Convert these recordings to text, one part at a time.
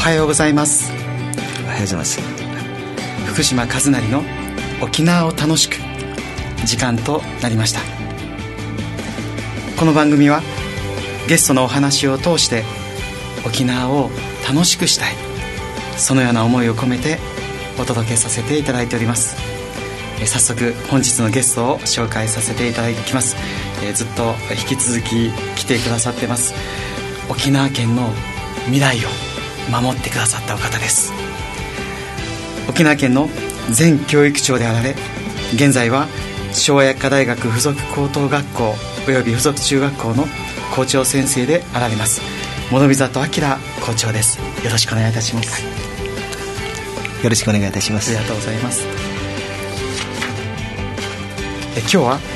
はようございます。 おはようございます。 福島和成の沖縄を楽しく時間となりました。この番組はゲストのお話を通して沖縄を楽しくしたい、そのような思いを込めてお届けさせていただいております。早速本日のゲストを紹介させていただきます。ずっと引き続き来てくださってます。沖縄県の未来を守ってくださったお方です。沖縄県の前教育長であられ、現在は昭和薬科大学附属高等学校および附属中学校の校長先生であられます諸見里明校長です。よろしくお願いいたします。 よろしくお願いいたします。 ありがとうございます。今日は、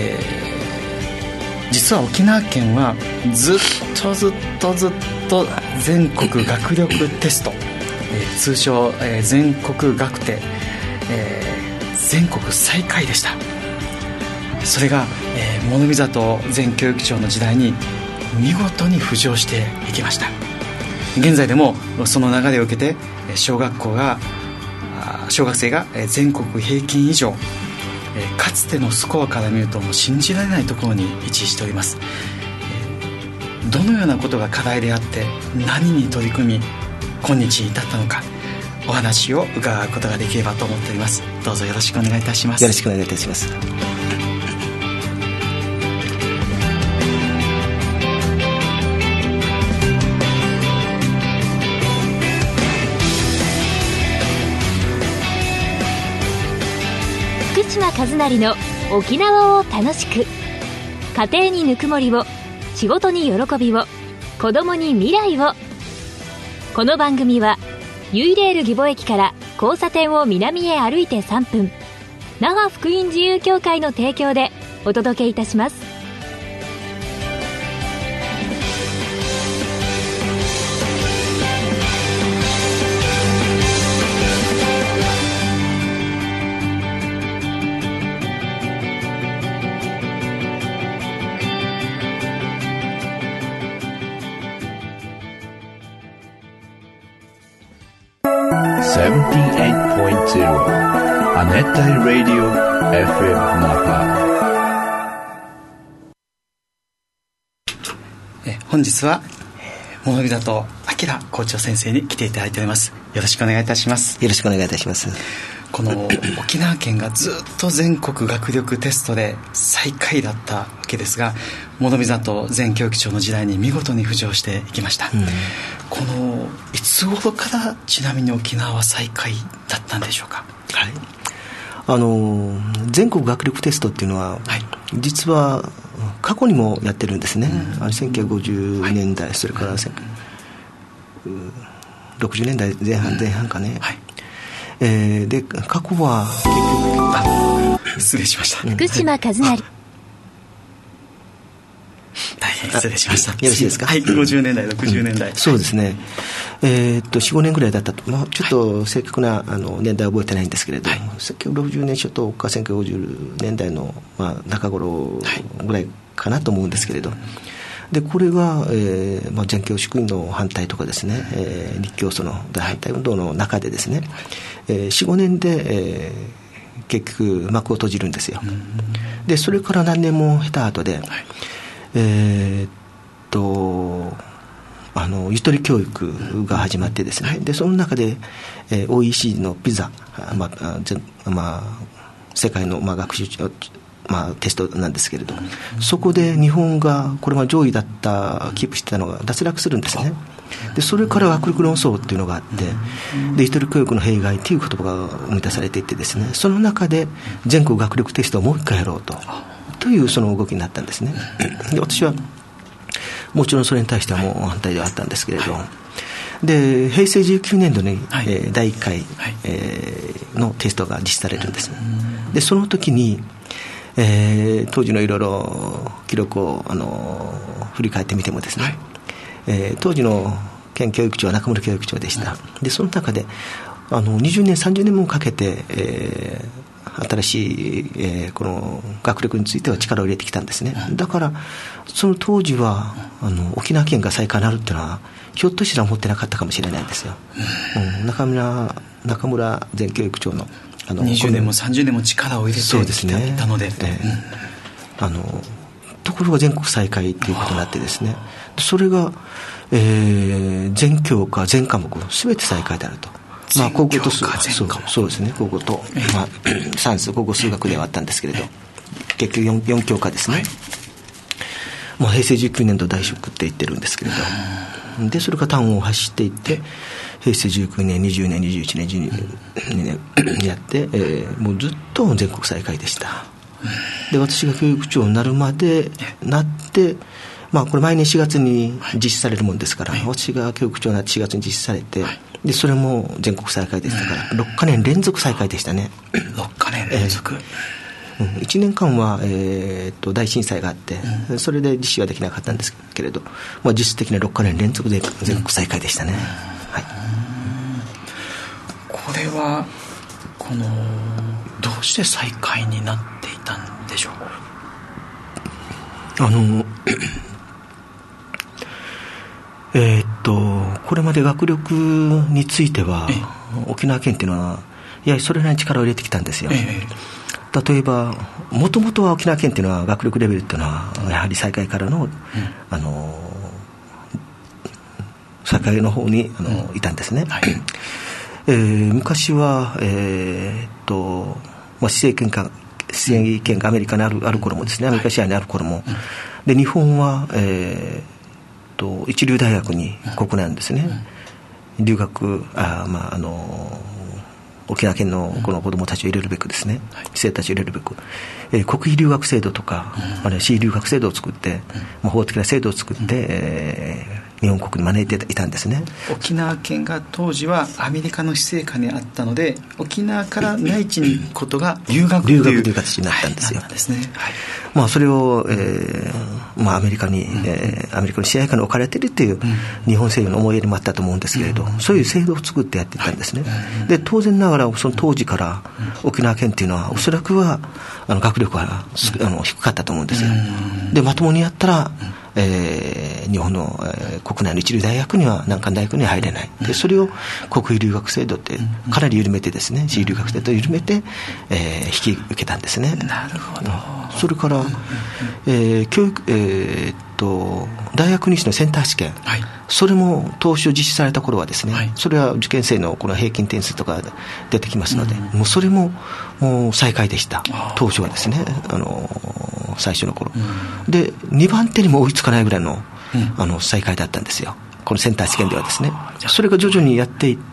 実は沖縄県はずっと全国学力テスト、通称、全国学テ、全国最下位でした。それが、諸見里前教育長の時代に見事に浮上していきました。現在でもその流れを受けて小学生が全国平均以上、かつてのスコアから見るともう信じられないところに位置しております。どのようなことが課題であって何に取り組み今日に至ったのか、お話を伺うことができればと思っております。どうぞよろしくお願いいたします。 よろしくお願いいたします。 福島和成の沖縄を楽しく、家庭にぬくもりを、仕事に喜びを、子供に未来を。この番組はユイレール義母駅から交差点を南へ歩いて3分、那覇福音自由協会の提供でお届けいたします。 アネッタイラディオ FM 那覇。本日は諸見里明校長先生に来ていただいております。よろしくお願いいたします。 よろしくお願いいたします。 この沖縄県がずっと全国学力テストで最下位だったわけですが、諸見里前教育長の時代に見事に浮上していきました。このいつ頃からちなみに沖縄は最下位だったんでしょうか。 はい、全国学力テストっていうのは、はい、実は過去にもやってるんですね。1950年代、はい、それから60年代前半かね。はい、で過去は結局失礼しました。 福島和成、 大変失礼しました。 よろしいですか。 はい、50年代60年代、 そうですね。4、5年ぐらいだったと、ちょっと正確な年代は覚えてないんですけれど、はい、1960年初頭か1950年代の、中頃ぐらいかなと思うんですけれど、でこれが、全教職員の反対とかですね、立教祖の大反対運動の中でですね、4、5年で、結局幕を閉じるんですよ。でそれから何年も経た後で、はい、ゆとり教育が始まってですね、でその中で、OECD のピザ、世界の、学習テストなんですけれど、そこで日本がこれが上位だったキープしてたのが脱落するんですね。でそれから学力論争っていうのがあって、でゆとり教育の弊害という言葉が生み出されていってですね、その中で全国学力テストをもう一回やろうというその動きになったんですね。で私はもちろんそれに対してはもう反対ではあったんですけれど、で平成19年度に、第1回、のテストが実施されるんです。でその時に、当時のいろいろ記録を振り返ってみてもですね、当時の県教育長は中村教育長でした。でその中で20年30年もかけて、新しい、この学力については力を入れてきたんですね。だからその当時は沖縄県が最下位になるっていうのはひょっとしたら持ってなかったかもしれないんですよ、中村前教育長の 20年も30年も力を入れてきていたので、 ところが全国再開ということになってですね、それが、全教科全科目全て再開であると。高校とそうですね、高校と、算数、高校数学ではあったんですけれど、結局 4教科ですね、平成19年度大ショックって言ってるんですけれど、でそれから端を走っていって平成19年20年21年12年にやって、もうずっと全国再開でした。で私が教育長になるまでなって、これ毎年4月に実施されるもんですから、私が教育長になって4月に実施されて、でそれも全国再開でしたから、6カ年連続再開でしたね。 6カ年連続、 1年間は、大震災があって、それで実施はできなかったんですけれど、実質的な6カ年連続で全国再開でしたね、 これはどうして再開になっていたんでしょう。 これまで学力については沖縄県っていうのはやはりそれなりに力を入れてきたんですよ。例えばもともとは沖縄県っていうのは学力レベルっていうのはやはり再開からの、再開の方にいたんですね、昔は、施政権がアメリカにある頃もですね、アメリカ支配にある頃も、で日本は、一流大学に国内なんですね、留学沖縄県のこの子どもたちを入れるべくですね、生徒たちを入れるべく、国費留学制度とか、私留学制度を作って、法的な制度を作って、日本国に招いていたんですね。 沖縄県が当時はアメリカの施政下にあったので、沖縄から内地に行くことが留学という形になったんですよ。それを、アメリカの支配下に置かれているという日本政府の思いやりもあったと思うんですけれど、そういう制度を作ってやっていったんですね。で当然ながらその当時から沖縄県というのはおそらくは学力は低かったと思うんですよ。でまともにやったら日本の、国内の一流大学には難関大学には入れない。でそれを国費留学制度ってかなり緩めてですね、私留学制度を緩めて、引き受けたんですね。 なるほど。 それから、大学入試のセンター試験、それも当初実施された頃はですね、それは受験生のこの平均点数とか出てきますので、もうそれも再開でした。当初はですね、最初の頃、で2番手にも追いつかないぐらいの、再開だったんですよ、このセンター試験ではですね。それが徐々にやっていって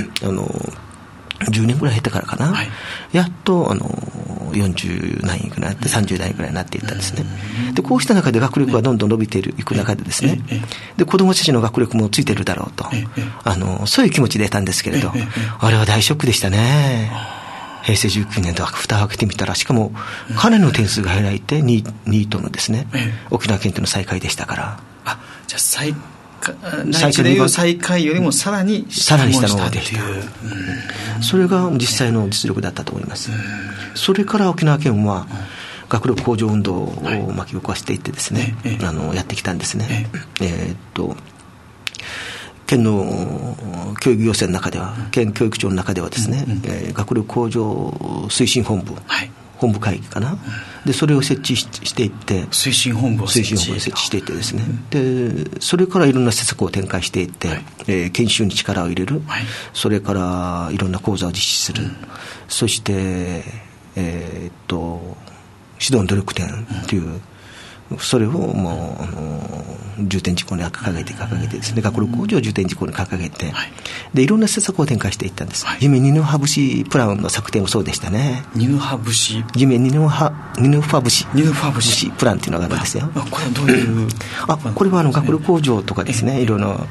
、10年ぐらい経ってからかな、やっと40何位ぐらいになって30代ぐらいになっていったんですね。でこうした中で学力がどんどん伸びていく中でですね、で子どもたちの学力もついているだろうと、そういう気持ちでいたんですけれど、あれは大ショックでしたね。平成19年と蓋を開けてみたら、しかもかなりの点数が開いて2位とのですね、沖縄県との再開でしたから。 じゃあ内地でいう最下位よりもさらに下の方でした。 それが実際の実力だったと思います。それから沖縄県は学力向上運動を巻き起こしていってですね、やってきたんですね。県の教育行政の中では、県教育庁の中ではですね、学力向上推進本部、本部会議かな、でそれを設置していって、 推進本部を設置していってですね、でそれからいろんな施策を展開していって、研修に力を入れる、それからいろんな講座を実施する、そして、指導の努力点という、それをもう重点事項に掲げてですね、学力向上を重点事項に掲げて、でいろんな施策を展開していったんです。夢二の葉節プランの策定もそうでしたね。 二の葉節、 夢二の葉節プランっていうのがあるんですよ。 これはどういうこれは学力向上とかですね、いろいろ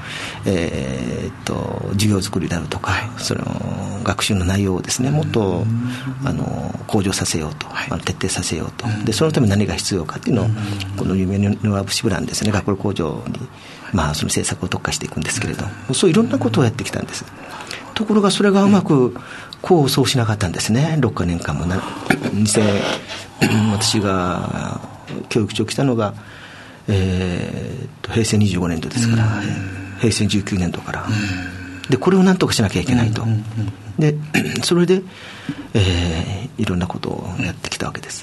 授業作りであるとか、その学習の内容をですね、もっと向上させようと、徹底させようと、でそのために何が必要かっていうのを、この夢の葉節プランですね、学力向上に、その政策を特化していくんですけれど、そういろんなことをやってきたんです。ところがそれがうまく功を奏しなかったんですね。6年間も私が教育長来たのが、平成25年度ですから、 平成19年度から、でこれをなんとかしなきゃいけないと、でそれで、いろんなことをやってきたわけです。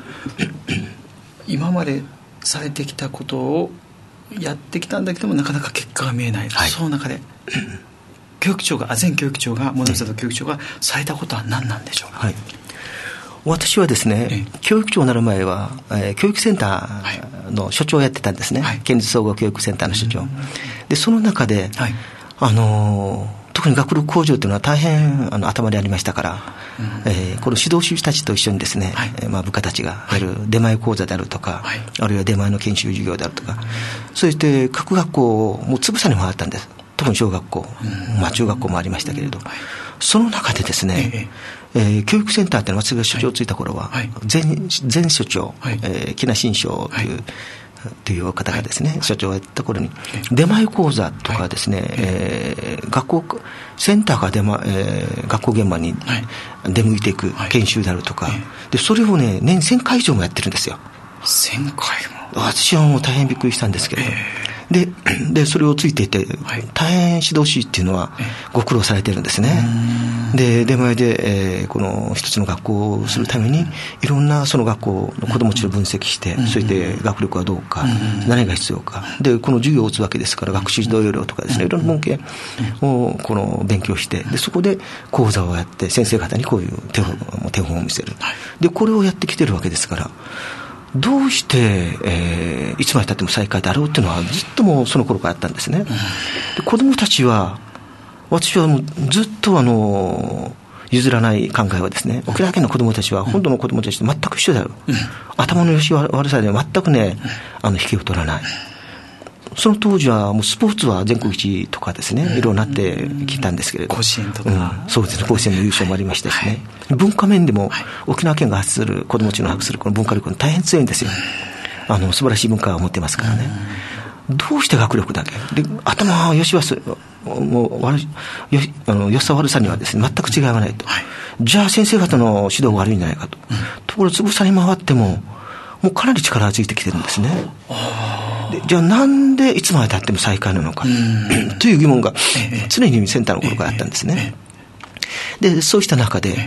今までされてきたことをやってきたんだけどもなかなか結果が見えない、その中で教育長が前教育長が物里教育長がされたことは何なんでしょうか。 私はですね、教育長になる前は、教育センターの所長をやってたんですね、県立総合教育センターの所長、でその中で、特に学力向上というのは大変頭でありましたから、この指導主たちと一緒にですね、部下たちがやる出前講座であるとか、あるいは出前の研修授業であるとか、そして各学校をもうつぶさに回ったんです。特に小学校、中学校もありましたけれど、その中でですね、教育センターっていうのは私が所長をついた頃は、前所長、木梨新章という方がですね、所長をやった頃に出前講座とかですね、学校センターが学校現場に出向いていく研修であるとか、でそれをね年1000回以上もやってるんですよ。 1000回も。 私はもう大変びっくりしたんですけれど、でそれをついていて、大変指導士っていうのはご苦労されてるんですね。で出前で、この一つの学校をするためにいろんなその学校の子どもたちを分析して、そして学力はどうか、何が必要かで、この授業を打つわけですから、学習指導要領とかですね、いろんな文献をこの勉強して、でそこで講座をやって先生方にこういう手本を見せる。でこれをやってきてるわけですから、どうして、いつまでたっても最下位であろうっていうのはずっともうその頃からあったんですね。で子どもたちは、私はもうずっと譲らない考えはですね、沖縄県の子どもたちは本土の子どもたちと全く一緒である、頭の良し悪さでは全くね引けを取らない。その当時はもうスポーツは全国一とかですね、いろいろなってきたんですけれど、 甲子園とか、 そうですね、甲子園の優勝もありましたしね、文化面でも沖縄県が発する子どもたちの発するこの文化力が大変強いんですよ。素晴らしい文化を持ってますからね。どうして学力だけで頭はよしはもうよさ悪さにはですね全く違いがないと、じゃあ先生方の指導が悪いんじゃないかと、ところつぶさに回ってもうかなり力がついてきてるんですね。でじゃあなんでいつまでたっても最下位なのかという疑問が常にセンターの頃からあったんですね。でそうした中で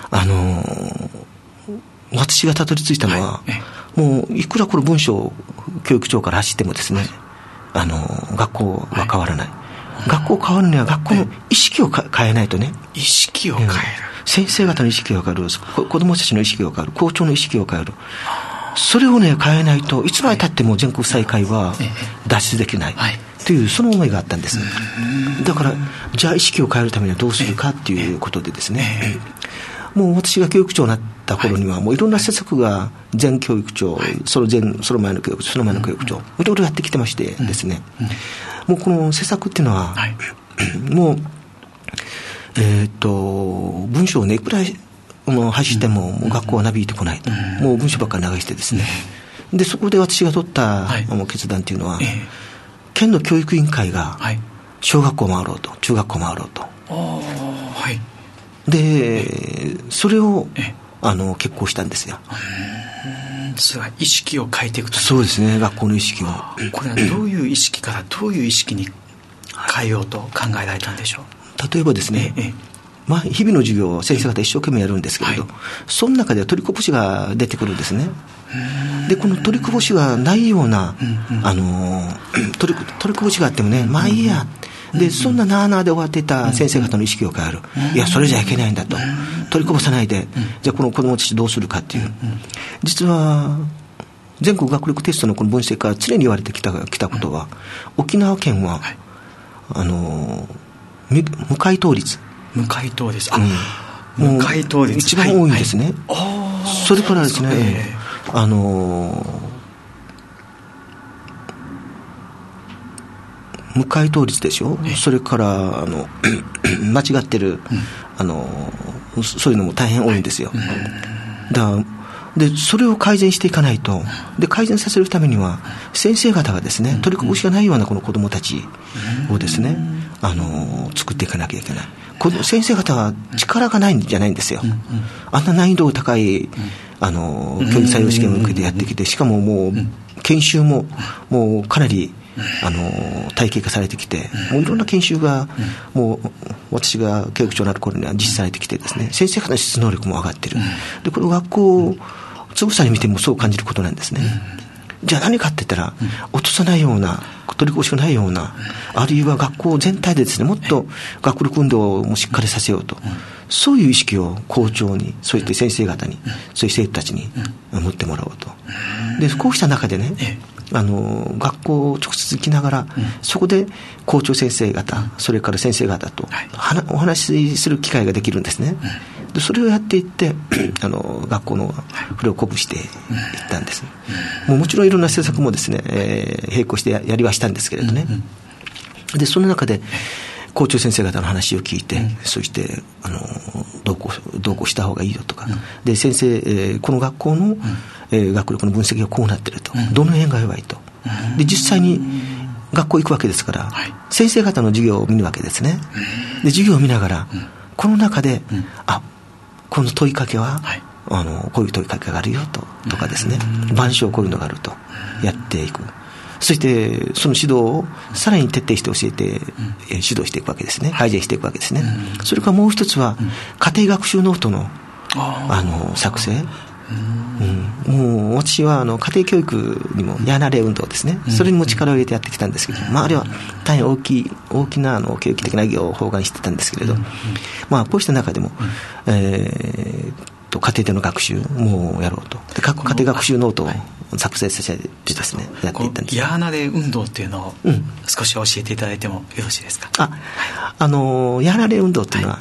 私がたどり着いたのは、もういくらこれ文章教育長から走ってもですね、学校は変わらない。学校変わるには学校の意識を変えないとね。 意識を変える、 先生方の意識が変わる、子どもたちの意識が変わる、校長の意識が変わる。それをね変えないといつまでたっても全国最下位は脱出できないというその思いがあったんです。だからじゃあ意識を変えるためにはどうするかっていうことでですね、もう私が教育長になった頃にはもういろんな施策が前教育長、その前の教育長、その前の教育長いろいろやってきてましてですね、もうこの施策っていうのは、もう文章をねいくら走っても学校はなびいてこないと、もう文章ばっかり流してですね、でそこで私が取った決断というのは、県の教育委員会が小学校を回ろうと中学校を回ろうと、でそれを決行したんですよ。 それは意識を変えていくと。 そうですね、学校の意識を。 これはどういう意識からどういう意識に変えようと考えられたんでしょう。 例えばですね、日々の授業を先生方一生懸命やるんですけれど、その中では取りこぼしが出てくるんですね。でこの取りこぼしがないような、取りこぼしがあってもね、まあいいや、でそんななあなあで終わっていた先生方の意識を変える、いやそれじゃいけないんだと、取りこぼさないで、じゃあこの子どもたちどうするかっていう、実は全国学力テストのこの分析から常に言われてきたことは、沖縄県は無回答率、 無回答です。 無回答率一番多いんですね。それからですね、無回答率でしょ、それから間違ってる、そういうのも大変多いんですよ。でそれを改善していかないと、で改善させるためには先生方がですね、取りこぼしがないようなこの子どもたちをですね、作っていかなきゃいけない。先生方は力がないんじゃないんですよ。あんな難易度が高い教育採用試験を受けてやってきて、しかももう研修ももうかなり体系化されてきて、もういろんな研修が、もう私が教育長になる頃には実施されてきてですね、先生方の質能力も上がってる。でこれ学校をつぶさに見てもそう感じることなんですね。じゃあ何かって言ったら、落とさないような、取り越しがないような、あるいは学校全体でですね、もっと学力運動もしっかりさせようと、そういう意識を校長に、そして先生方に、そういう生徒たちに持ってもらおうと。でこうした中でね、学校を直接行きながら、そこで校長先生方、それから先生方とお話しする機会ができるんですね。でそれをやっていって学校の振りを鼓舞していったんです。もちろんいろんな政策もですね、並行してやりはしたんですけれどね。でその中で校長先生方の話を聞いて、そして同行した方がいいよとか、で先生、この学校の、学力の分析がこうなっていると、どの辺が弱いと、で実際に学校行くわけですから、先生方の授業を見るわけですね。で授業を見ながら、この中で、この問いかけは、こういう問いかけがあるよとかですね、板書こういうのがあるとやっていく。そしてその指導をさらに徹底して教えて、指導していくわけですね。改善していくわけですね。それからもう一つは家庭学習ノートの作成。もう私は家庭教育にもヤーナレ運動ですね、それにも力を入れてやってきたんですけど、あれは大変大きな教育的な業を包含してたんですけれど、こうした中でも、家庭での学習もやろうと。で各家庭学習ノートを作成させてですね、やっていったんです。 ヤーナレ運動っていうのを少し教えていただいてもよろしいですか。 ヤーナレ運動っていうのは、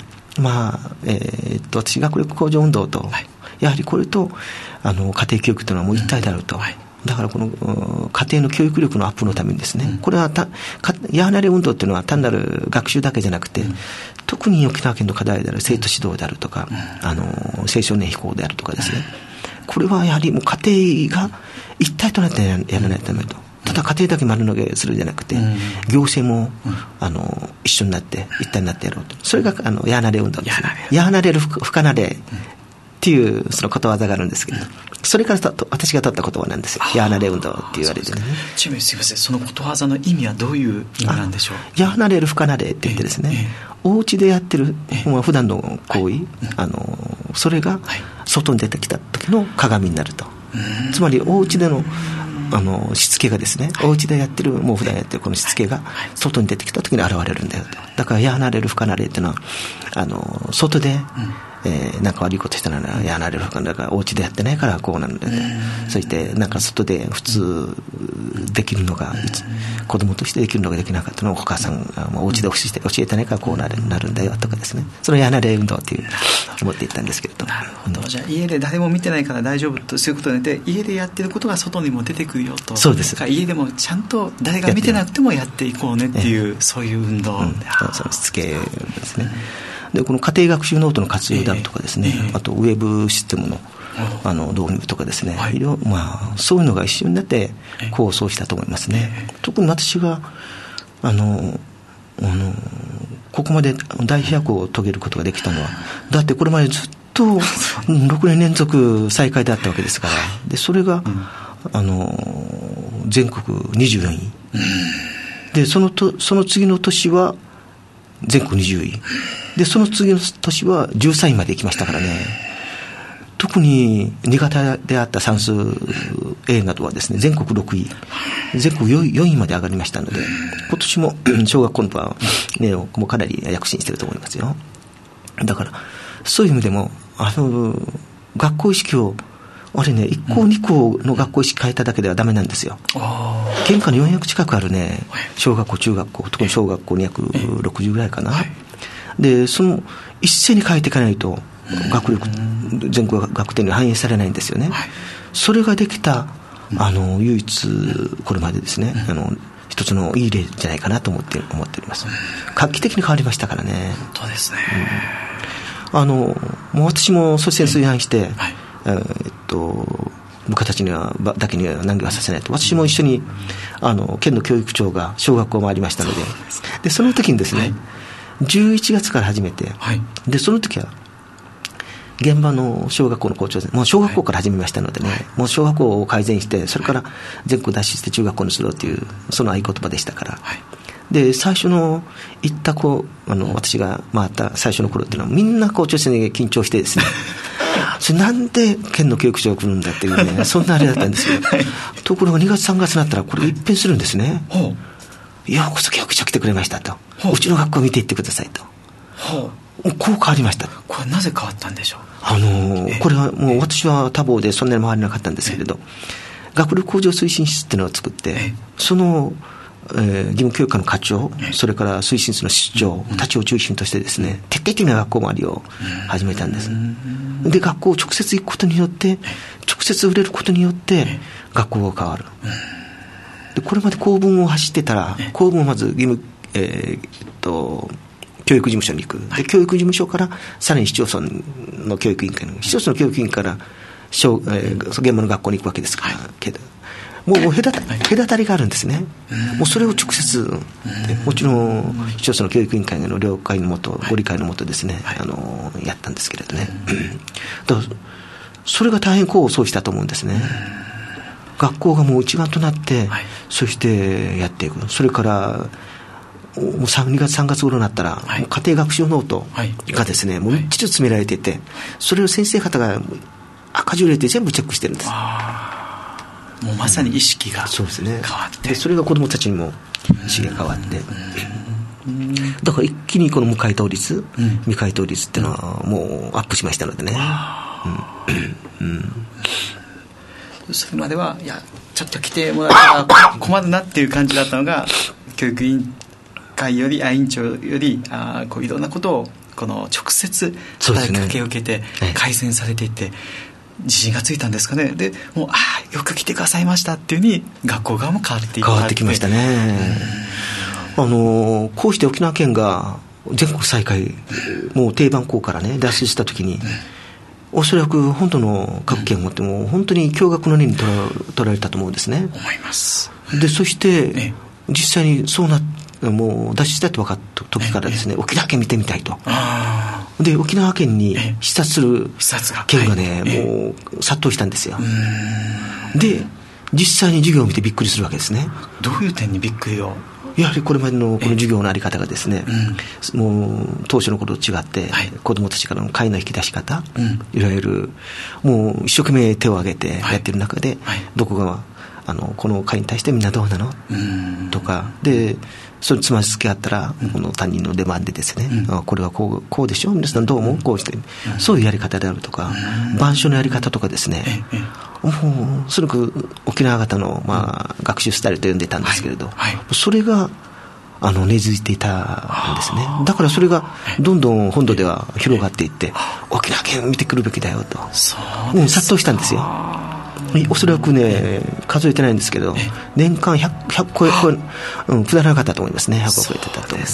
私学力向上運動と、やはりこれと家庭教育というのはもう一体であると、だからこの家庭の教育力のアップのためにですね、これはヤーナレ運動というのは単なる学習だけじゃなくて、特に沖縄県の課題である生徒指導であるとか、青少年飛行であるとかですね、これはやはりもう家庭が一体となってやらないとダメと。ただ家庭だけ丸投げするんじゃなくて、行政も一緒になって一体になってやろうと。それがヤーナレ運動ですね。ヤーナレる不可なれっていうそのことわざがあるんですけど、それから私が取った言葉なんですよ。ヤーナレ運動って言われてね。 ちなみにすみません、そのことわざの意味はどういう意味なんでしょう。 ヤーナレる不可なれって言ってですね、お家でやってる普段の行為、それが外に出てきた時の鏡になると。つまりお家でのしつけがですね、お家でやってる、もう普段やってるこのしつけが外に出てきた時に現れるんだよと。だからヤーナレる不可なれっていうのは外でなんか悪いことしたらやられるから、お家でやってないからこうなるんだよ、そしてなんか外で普通できるのが子供としてできるのができなかったのをお母さんがお家で教えてないからこうなるんだよとかですね、それをやられ運動っていう思っていったんですけれど。 なるほど。じゃあ家で誰も見てないから大丈夫とそういうことで、家でやってることが外にも出てくるよと。 そうです。 家でもちゃんと誰が見てなくてもやっていこうねっていう、そういう運動、 そのしつけですね。でこの家庭学習ノートの活用であるとかですね、あとウェブシステムの導入とかですね、そういうのが一緒になって構想したと思いますね。特に私がここまで大飛躍を遂げることができたのは、だってこれまでずっと6年連続最下位であったわけですから、でそれが全国24位で、その次の年は全国20位で、その次の年は13位まで行きましたからね。特に苦手であった算数 A などはですね、全国6位全国4位まで上がりましたので、今年も小学校の部は、ね、もうかなり躍進していると思いますよ。だからそういう意味でも学校意識を1校2校の学校意識変えただけではダメなんですよ。県下に400近くあるね、小学校中学校、特に小学校260ぐらいかな、でその一斉に変えていかないと学力全国学点に反映されないんですよね。それができた唯一これまでですね、一つのいい例じゃないかなと思っております。画期的に変わりましたからね。 本当ですね。 もう私も率先垂範して、部下たちにはだけには難儀はさせないと。私も一緒に県の教育長が小学校を回りましたので、その時にですね、11月から始めて、でその時は現場の小学校の校長先生、もう小学校から始めましたのでね、もう小学校を改善して、それから全国脱出して中学校にするという、その合言葉でしたから。で、最初の行った私が回った最初の頃っていうのは、みんな校長先生が緊張してですね、それなんで県の教育長が来るんだっていうね、そんなあれだったんですよ。ところが2月3月になったら、これ一変するんですね。ようこそ教育長来てくれましたと。うちの学校見ていってくださいと。こう変わりました。 これなぜ変わったんでしょう。これはもう私は多忙でそんなに回れなかったんですけれど、学力向上推進室っていうのを作って、その義務教育課の課長、それから推進室の室長たちを中心としてですね、徹底的な学校回りを始めたんです。で、学校を直接行くことによって、直接触れることによって学校が変わる。で、これまで公文を走ってたら、公文をまず義務、教育事務所に行く。で、教育事務所からさらに市町村の教育委員会の、市町村の教育委員から現場の学校に行くわけですから、けどもう隔たりがあるんですね。もうそれを直接、もちろん市町村の教育委員会の了解のもと、ご理解のもとですね、やったんですけれどね。だからそれが大変功を奏したと思うんですね。学校がもう一丸となって、そしてやっていく。それからもう2月3月頃になったら、もう家庭学習ノートがですね、もうみっちり詰められていて、それを先生方が赤字を入れて全部チェックしてるんです。 もうまさに意識が変わって、 でそれが子どもたちにも意識が変わって、だから一気にこの無回答率、未回答率っていうのはもうアップしましたのでね。 それまではいやちょっと来てもらったら困るなっていう感じだったのが、教育委員会より委員長よりこういろんなことをこの直接働きかけを受けて改善されていって、自信がついたんですかね。でもうよく来てくださいましたっていう風に学校側も変わっていった変わってきましたね。こうして沖縄県が全国最下位、もう定番校からね脱出した時に、おそらく本当の各県を持っても本当に驚愕の念に取られたと思うんですね。 思います。 でそして実際にそうもう脱出したって分かった時からですね、沖縄県見てみたいと。で沖縄県に視察する県がね、もう殺到したんですよ。で実際に授業を見てびっくりするわけですね。 どういう点にびっくりを？ やはりこれまでのこの授業のあり方がですね、もう当初のことと違って、子どもたちからの会の引き出し方、いわゆるもう一生懸命手を挙げてやってる中で、どこがこの会に対してみんなどうなのとかで、それつまずきがあったら、この担任の出番でですね、これはこうでしょ、皆さんどうもこうして、そういうやり方であるとか、板書のやり方とかですね、もうそれく沖縄型の、学習スタイルと呼んでいたんですけれど、それが根付いていたんですね。だからそれがどんどん本土では広がっていって、沖縄県見てくるべきだよと、もう殺到したんですよ。おそらくね、数えてないんですけど、年間100個くだらなかったと思いますね。100個超えてたと思います。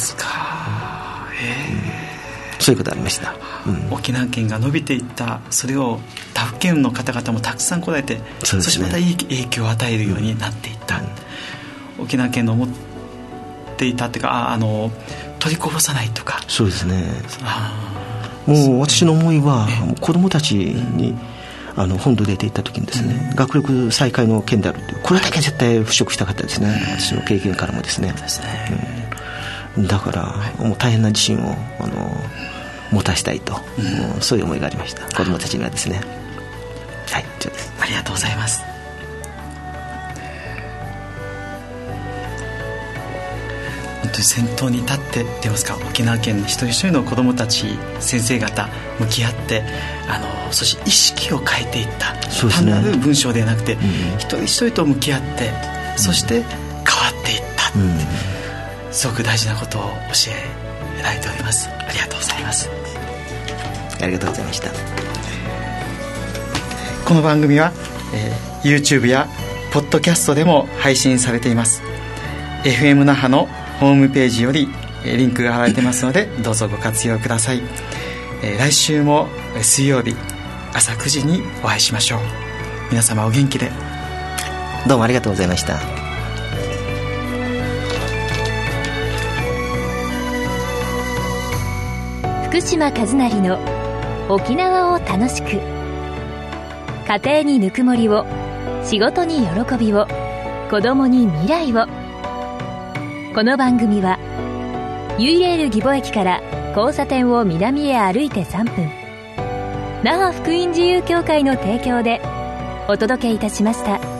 そういうことありました。 沖縄県が伸びていった、それを他府県の方々もたくさん来られて、そしてまたいい影響を与えるようになっていった。沖縄県の持っていたっていうか、取りこぼさないとか。 そうですね。もう私の思いは、子どもたちに本土で出ていった時にですね、学力最下位の県であるという、これだけ絶対払拭したかったですね。私の経験からもですね。だからもう大変な自信を持たしたいと、そういう思いがありました。子どもたちにはですね。はい、以上です。 ありがとうございます。本当に先頭に立ってといいますか、沖縄県一人一人の子どもたち、先生方向き合って、そして意識を変えていった、単なる文章ではなくて、一人一人と向き合って、そして変わっていった、すごく大事なことを教えられております。ありがとうございます。 ありがとうございました。 この番組は、YouTube やポッドキャストでも配信されています。 FM 那覇のホームページよりリンクが貼られていますので、どうぞご活用ください。来週も水曜日朝9時にお会いしましょう。皆様お元気で。 どうもありがとうございました。 福島和成の沖縄を楽しく、家庭にぬくもりを、仕事に喜びを、子供に未来を。この番組はユイレール義母駅から交差点を南へ歩いて3分、那覇福音自由教会の提供でお届けいたしました。